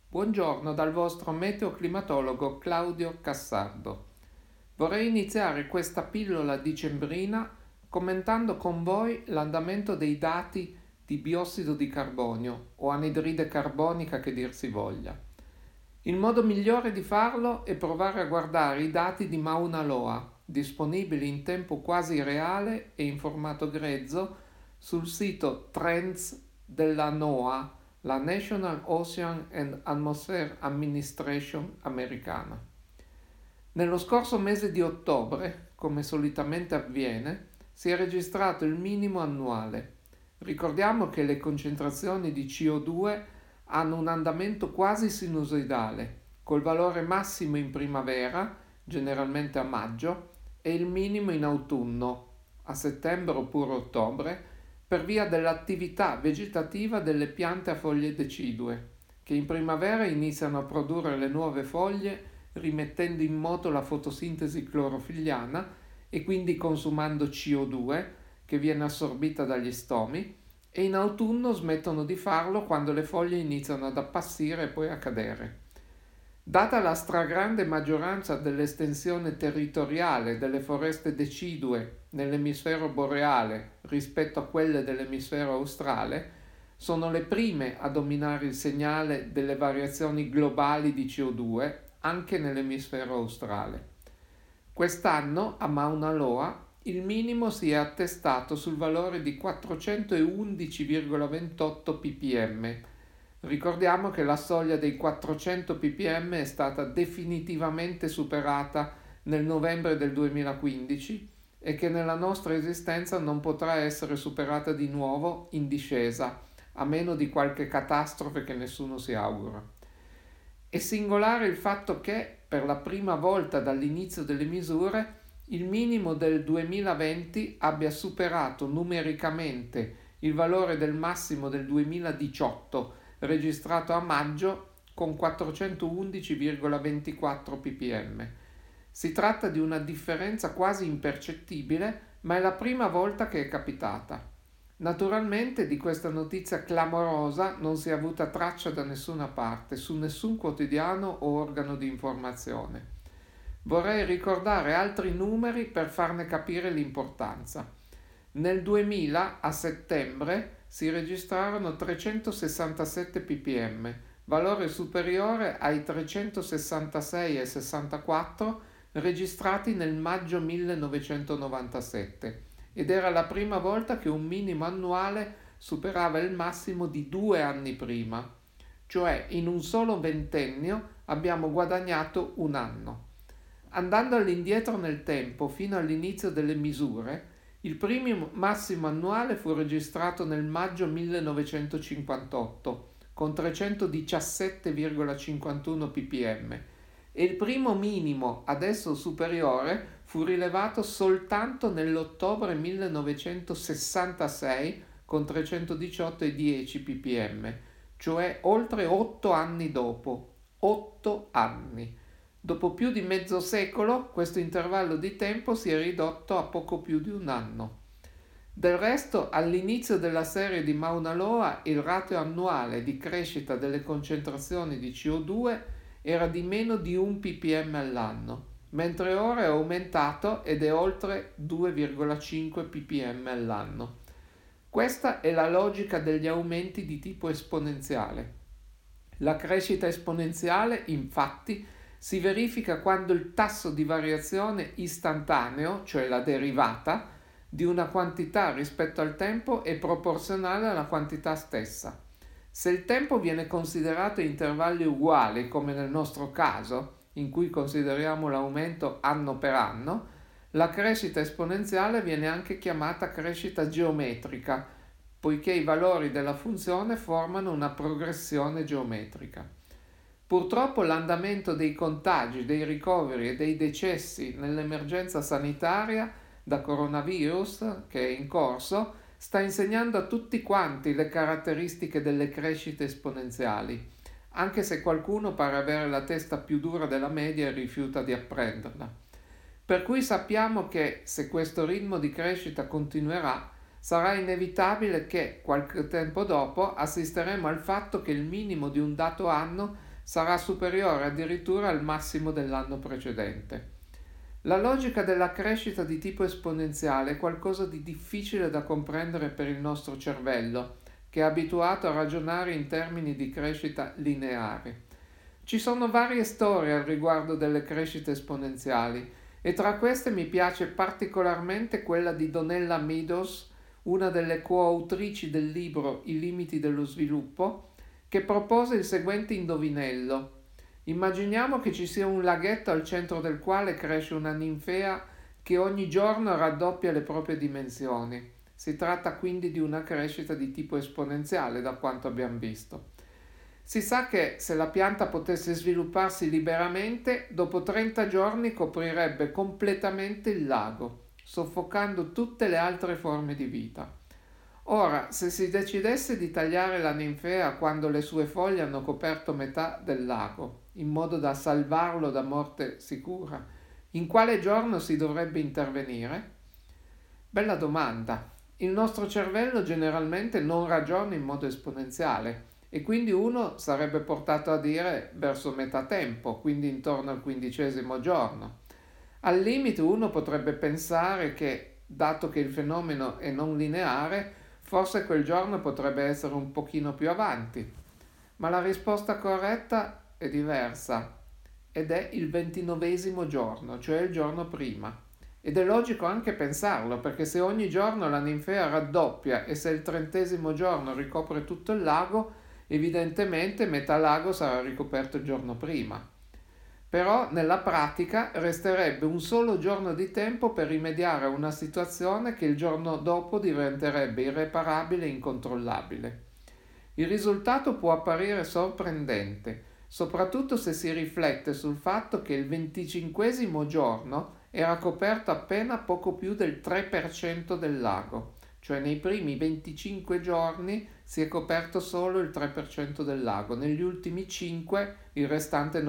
Buongiorno dal vostro meteoclimatologo Claudio Cassardo. Vorrei iniziare questa pillola dicembrina commentando con voi l'andamento dei dati di biossido di carbonio o anidride carbonica che dir si voglia. Il modo migliore di farlo è provare a guardare i dati di Mauna Loa, disponibili in tempo quasi reale e in formato grezzo sul sito Trends della NOAA, la National Ocean and Atmosphere Administration americana. Nello scorso mese di ottobre, come solitamente avviene, si è registrato il minimo annuale. Ricordiamo che le concentrazioni di CO2 hanno un andamento quasi sinusoidale, col valore massimo in primavera, generalmente a maggio, e il minimo in autunno, a settembre oppure ottobre, per via dell'attività vegetativa delle piante a foglie decidue, che in primavera iniziano a produrre le nuove foglie rimettendo in moto la fotosintesi clorofilliana e quindi consumando CO2 che viene assorbita dagli stomi, e in autunno smettono di farlo quando le foglie iniziano ad appassire e poi a cadere. Data la stragrande maggioranza dell'estensione territoriale delle foreste decidue nell'emisfero boreale rispetto a quelle dell'emisfero australe, sono le prime a dominare il segnale delle variazioni globali di CO2 anche nell'emisfero australe. Quest'anno a Mauna Loa il minimo si è attestato sul valore di 411,28 ppm. Ricordiamo che la soglia dei 400 ppm è stata definitivamente superata nel novembre del 2015 e che nella nostra esistenza non potrà essere superata di nuovo in discesa, a meno di qualche catastrofe che nessuno si augura. È singolare il fatto che, per la prima volta dall'inizio delle misure, il minimo del 2020 abbia superato numericamente il valore del massimo del 2018, registrato a maggio con 411,24 ppm. Si tratta di una differenza quasi impercettibile, ma è la prima volta che è capitata. Naturalmente di questa notizia clamorosa non si è avuta traccia da nessuna parte, su nessun quotidiano o organo di informazione. Vorrei ricordare altri numeri per farne capire l'importanza. Nel 2000, a settembre, si registrarono 367 ppm, valore superiore ai 366,64 registrati nel maggio 1997, ed era la prima volta che un minimo annuale superava il massimo di 2 anni prima, cioè in un solo ventennio abbiamo guadagnato un anno. Andando all'indietro nel tempo fino all'inizio delle misure, il primo massimo annuale fu registrato nel maggio 1958 con 317,51 ppm e il primo minimo, adesso superiore, fu rilevato soltanto nell'ottobre 1966 con 318,10 ppm, cioè oltre 8 anni dopo. 8 anni. Dopo più di mezzo secolo, questo intervallo di tempo si è ridotto a poco più di un anno. Del resto, all'inizio della serie di Mauna Loa, il ratio annuale di crescita delle concentrazioni di CO2 era di meno di 1 ppm all'anno, mentre ora è aumentato ed è oltre 2,5 ppm all'anno. Questa è la logica degli aumenti di tipo esponenziale. La crescita esponenziale, infatti, si verifica quando il tasso di variazione istantaneo, cioè la derivata, di una quantità rispetto al tempo è proporzionale alla quantità stessa. Se il tempo viene considerato in intervalli uguali, come nel nostro caso, in cui consideriamo l'aumento anno per anno, la crescita esponenziale viene anche chiamata crescita geometrica, poiché i valori della funzione formano una progressione geometrica. Purtroppo l'andamento dei contagi, dei ricoveri e dei decessi nell'emergenza sanitaria da coronavirus che è in corso sta insegnando a tutti quanti le caratteristiche delle crescite esponenziali, anche se qualcuno pare avere la testa più dura della media e rifiuta di apprenderla. Per cui sappiamo che se questo ritmo di crescita continuerà, sarà inevitabile che qualche tempo dopo assisteremo al fatto che il minimo di un dato anno sarà superiore addirittura al massimo dell'anno precedente. La logica della crescita di tipo esponenziale è qualcosa di difficile da comprendere per il nostro cervello, che è abituato a ragionare in termini di crescita lineare. Ci sono varie storie al riguardo delle crescite esponenziali e tra queste mi piace particolarmente quella di Donella Meadows, una delle coautrici del libro I limiti dello sviluppo, che propose il seguente indovinello. Immaginiamo che ci sia un laghetto al centro del quale cresce una ninfea che ogni giorno raddoppia le proprie dimensioni. Si tratta quindi di una crescita di tipo esponenziale, da quanto abbiamo visto. Si sa che se la pianta potesse svilupparsi liberamente, dopo 30 giorni coprirebbe completamente il lago, soffocando tutte le altre forme di vita. Ora, se si decidesse di tagliare la ninfea quando le sue foglie hanno coperto metà del lago, in modo da salvarlo da morte sicura, in quale giorno si dovrebbe intervenire? Bella domanda. Il nostro cervello generalmente non ragiona in modo esponenziale e quindi uno sarebbe portato a dire verso metà tempo, quindi intorno al 15° giorno. Al limite uno potrebbe pensare che, dato che il fenomeno è non lineare, forse quel giorno potrebbe essere un pochino più avanti. Ma la risposta corretta è diversa ed è il 29° giorno, cioè il giorno prima. Ed è logico anche pensarlo, perché se ogni giorno la ninfea raddoppia e se il 30° giorno ricopre tutto il lago, evidentemente metà lago sarà ricoperto il giorno prima. Però nella pratica resterebbe un solo giorno di tempo per rimediare a una situazione che il giorno dopo diventerebbe irreparabile e incontrollabile. Il risultato può apparire sorprendente, soprattutto se si riflette sul fatto che il 25° giorno era coperto appena poco più del 3% del lago, cioè nei primi 25 giorni si è coperto solo il 3% del lago, negli ultimi 5 il restante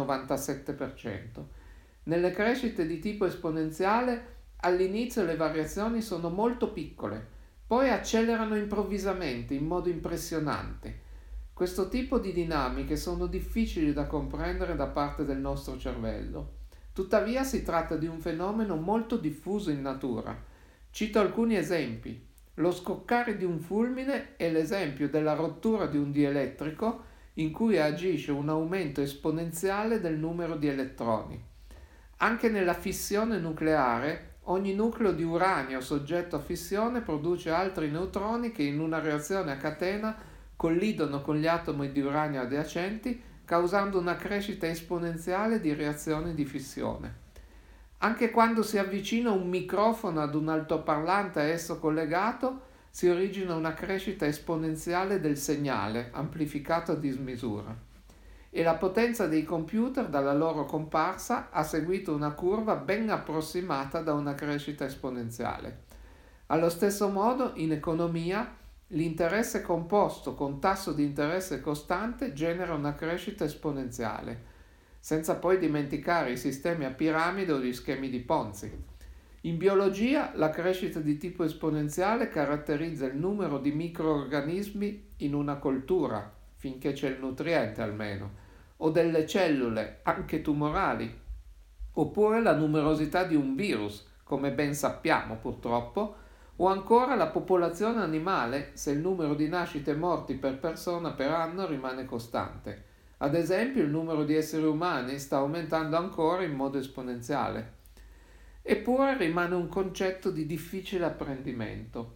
97%. Nelle crescite di tipo esponenziale all'inizio le variazioni sono molto piccole, poi accelerano improvvisamente in modo impressionante. Questo tipo di dinamiche sono difficili da comprendere da parte del nostro cervello. Tuttavia si tratta di un fenomeno molto diffuso in natura. Cito alcuni esempi. Lo scoccare di un fulmine è l'esempio della rottura di un dielettrico in cui agisce un aumento esponenziale del numero di elettroni. Anche nella fissione nucleare, ogni nucleo di uranio soggetto a fissione produce altri neutroni che in una reazione a catena collidono con gli atomi di uranio adiacenti, causando una crescita esponenziale di reazioni di fissione. Anche quando si avvicina un microfono ad un altoparlante a esso collegato, si origina una crescita esponenziale del segnale, amplificato a dismisura. E la potenza dei computer dalla loro comparsa ha seguito una curva ben approssimata da una crescita esponenziale. Allo stesso modo, in economia, l'interesse composto con tasso di interesse costante genera una crescita esponenziale, senza poi dimenticare i sistemi a piramide o gli schemi di Ponzi. In biologia, la crescita di tipo esponenziale caratterizza il numero di microrganismi in una coltura, finché c'è il nutriente almeno, o delle cellule, anche tumorali, oppure la numerosità di un virus, come ben sappiamo purtroppo, o ancora la popolazione animale se il numero di nascite e morti per persona per anno rimane costante. Ad esempio, il numero di esseri umani sta aumentando ancora in modo esponenziale. Eppure rimane un concetto di difficile apprendimento.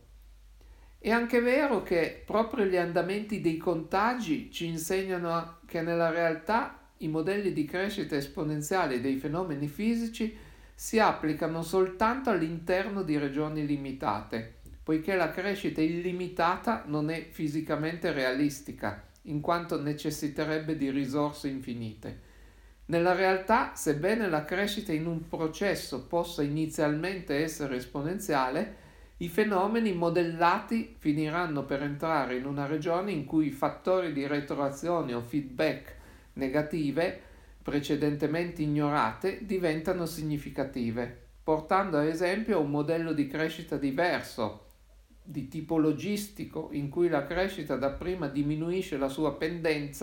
È anche vero che proprio gli andamenti dei contagi ci insegnano che nella realtà i modelli di crescita esponenziale dei fenomeni fisici si applicano soltanto all'interno di regioni limitate, poiché la crescita illimitata non è fisicamente realistica, in quanto necessiterebbe di risorse infinite. Nella realtà, sebbene la crescita in un processo possa inizialmente essere esponenziale, i fenomeni modellati finiranno per entrare in una regione in cui i fattori di retroazione o feedback negative precedentemente ignorate diventano significative, portando ad esempio a un modello di crescita diverso, di tipo logistico, in cui la crescita dapprima diminuisce la sua pendenza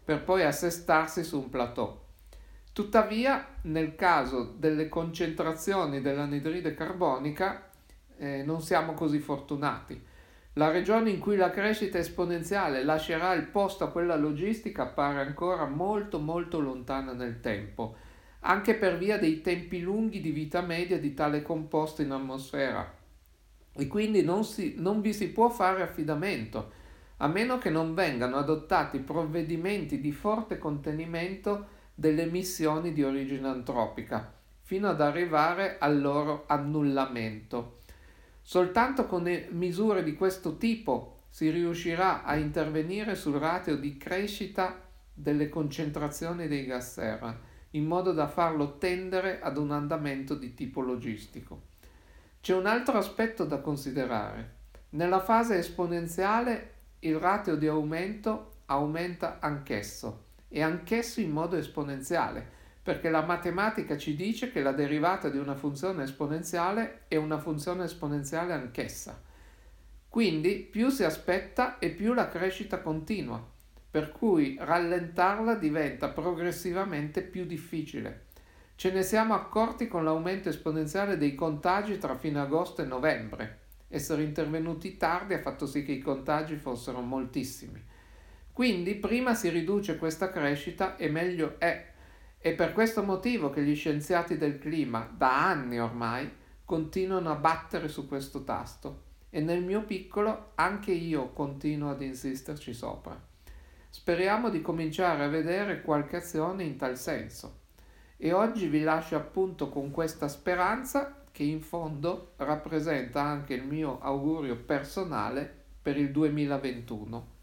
per poi assestarsi su un plateau. Tuttavia, nel caso delle concentrazioni dell'anidride carbonica, non siamo così fortunati. La regione in cui la crescita esponenziale lascerà il posto a quella logistica appare ancora molto molto lontana nel tempo, anche per via dei tempi lunghi di vita media di tale composto in atmosfera, e quindi non vi si può fare affidamento, a meno che non vengano adottati provvedimenti di forte contenimento delle emissioni di origine antropica, fino ad arrivare al loro annullamento. Soltanto con misure di questo tipo si riuscirà a intervenire sul ratio di crescita delle concentrazioni dei gas serra, in modo da farlo tendere ad un andamento di tipo logistico. C'è un altro aspetto da considerare. Nella fase esponenziale il ratio di aumento aumenta anch'esso, e anch'esso in modo esponenziale, perché la matematica ci dice che la derivata di una funzione esponenziale è una funzione esponenziale anch'essa. Quindi più si aspetta e più la crescita continua, per cui rallentarla diventa progressivamente più difficile. Ce ne siamo accorti con l'aumento esponenziale dei contagi tra fine agosto e novembre. Essere intervenuti tardi ha fatto sì che i contagi fossero moltissimi. Quindi prima si riduce questa crescita e meglio è. È per questo motivo che gli scienziati del clima, da anni ormai, continuano a battere su questo tasto, e nel mio piccolo anche io continuo ad insisterci sopra. Speriamo di cominciare a vedere qualche azione in tal senso. E oggi vi lascio appunto con questa speranza, che in fondo rappresenta anche il mio augurio personale per il 2021.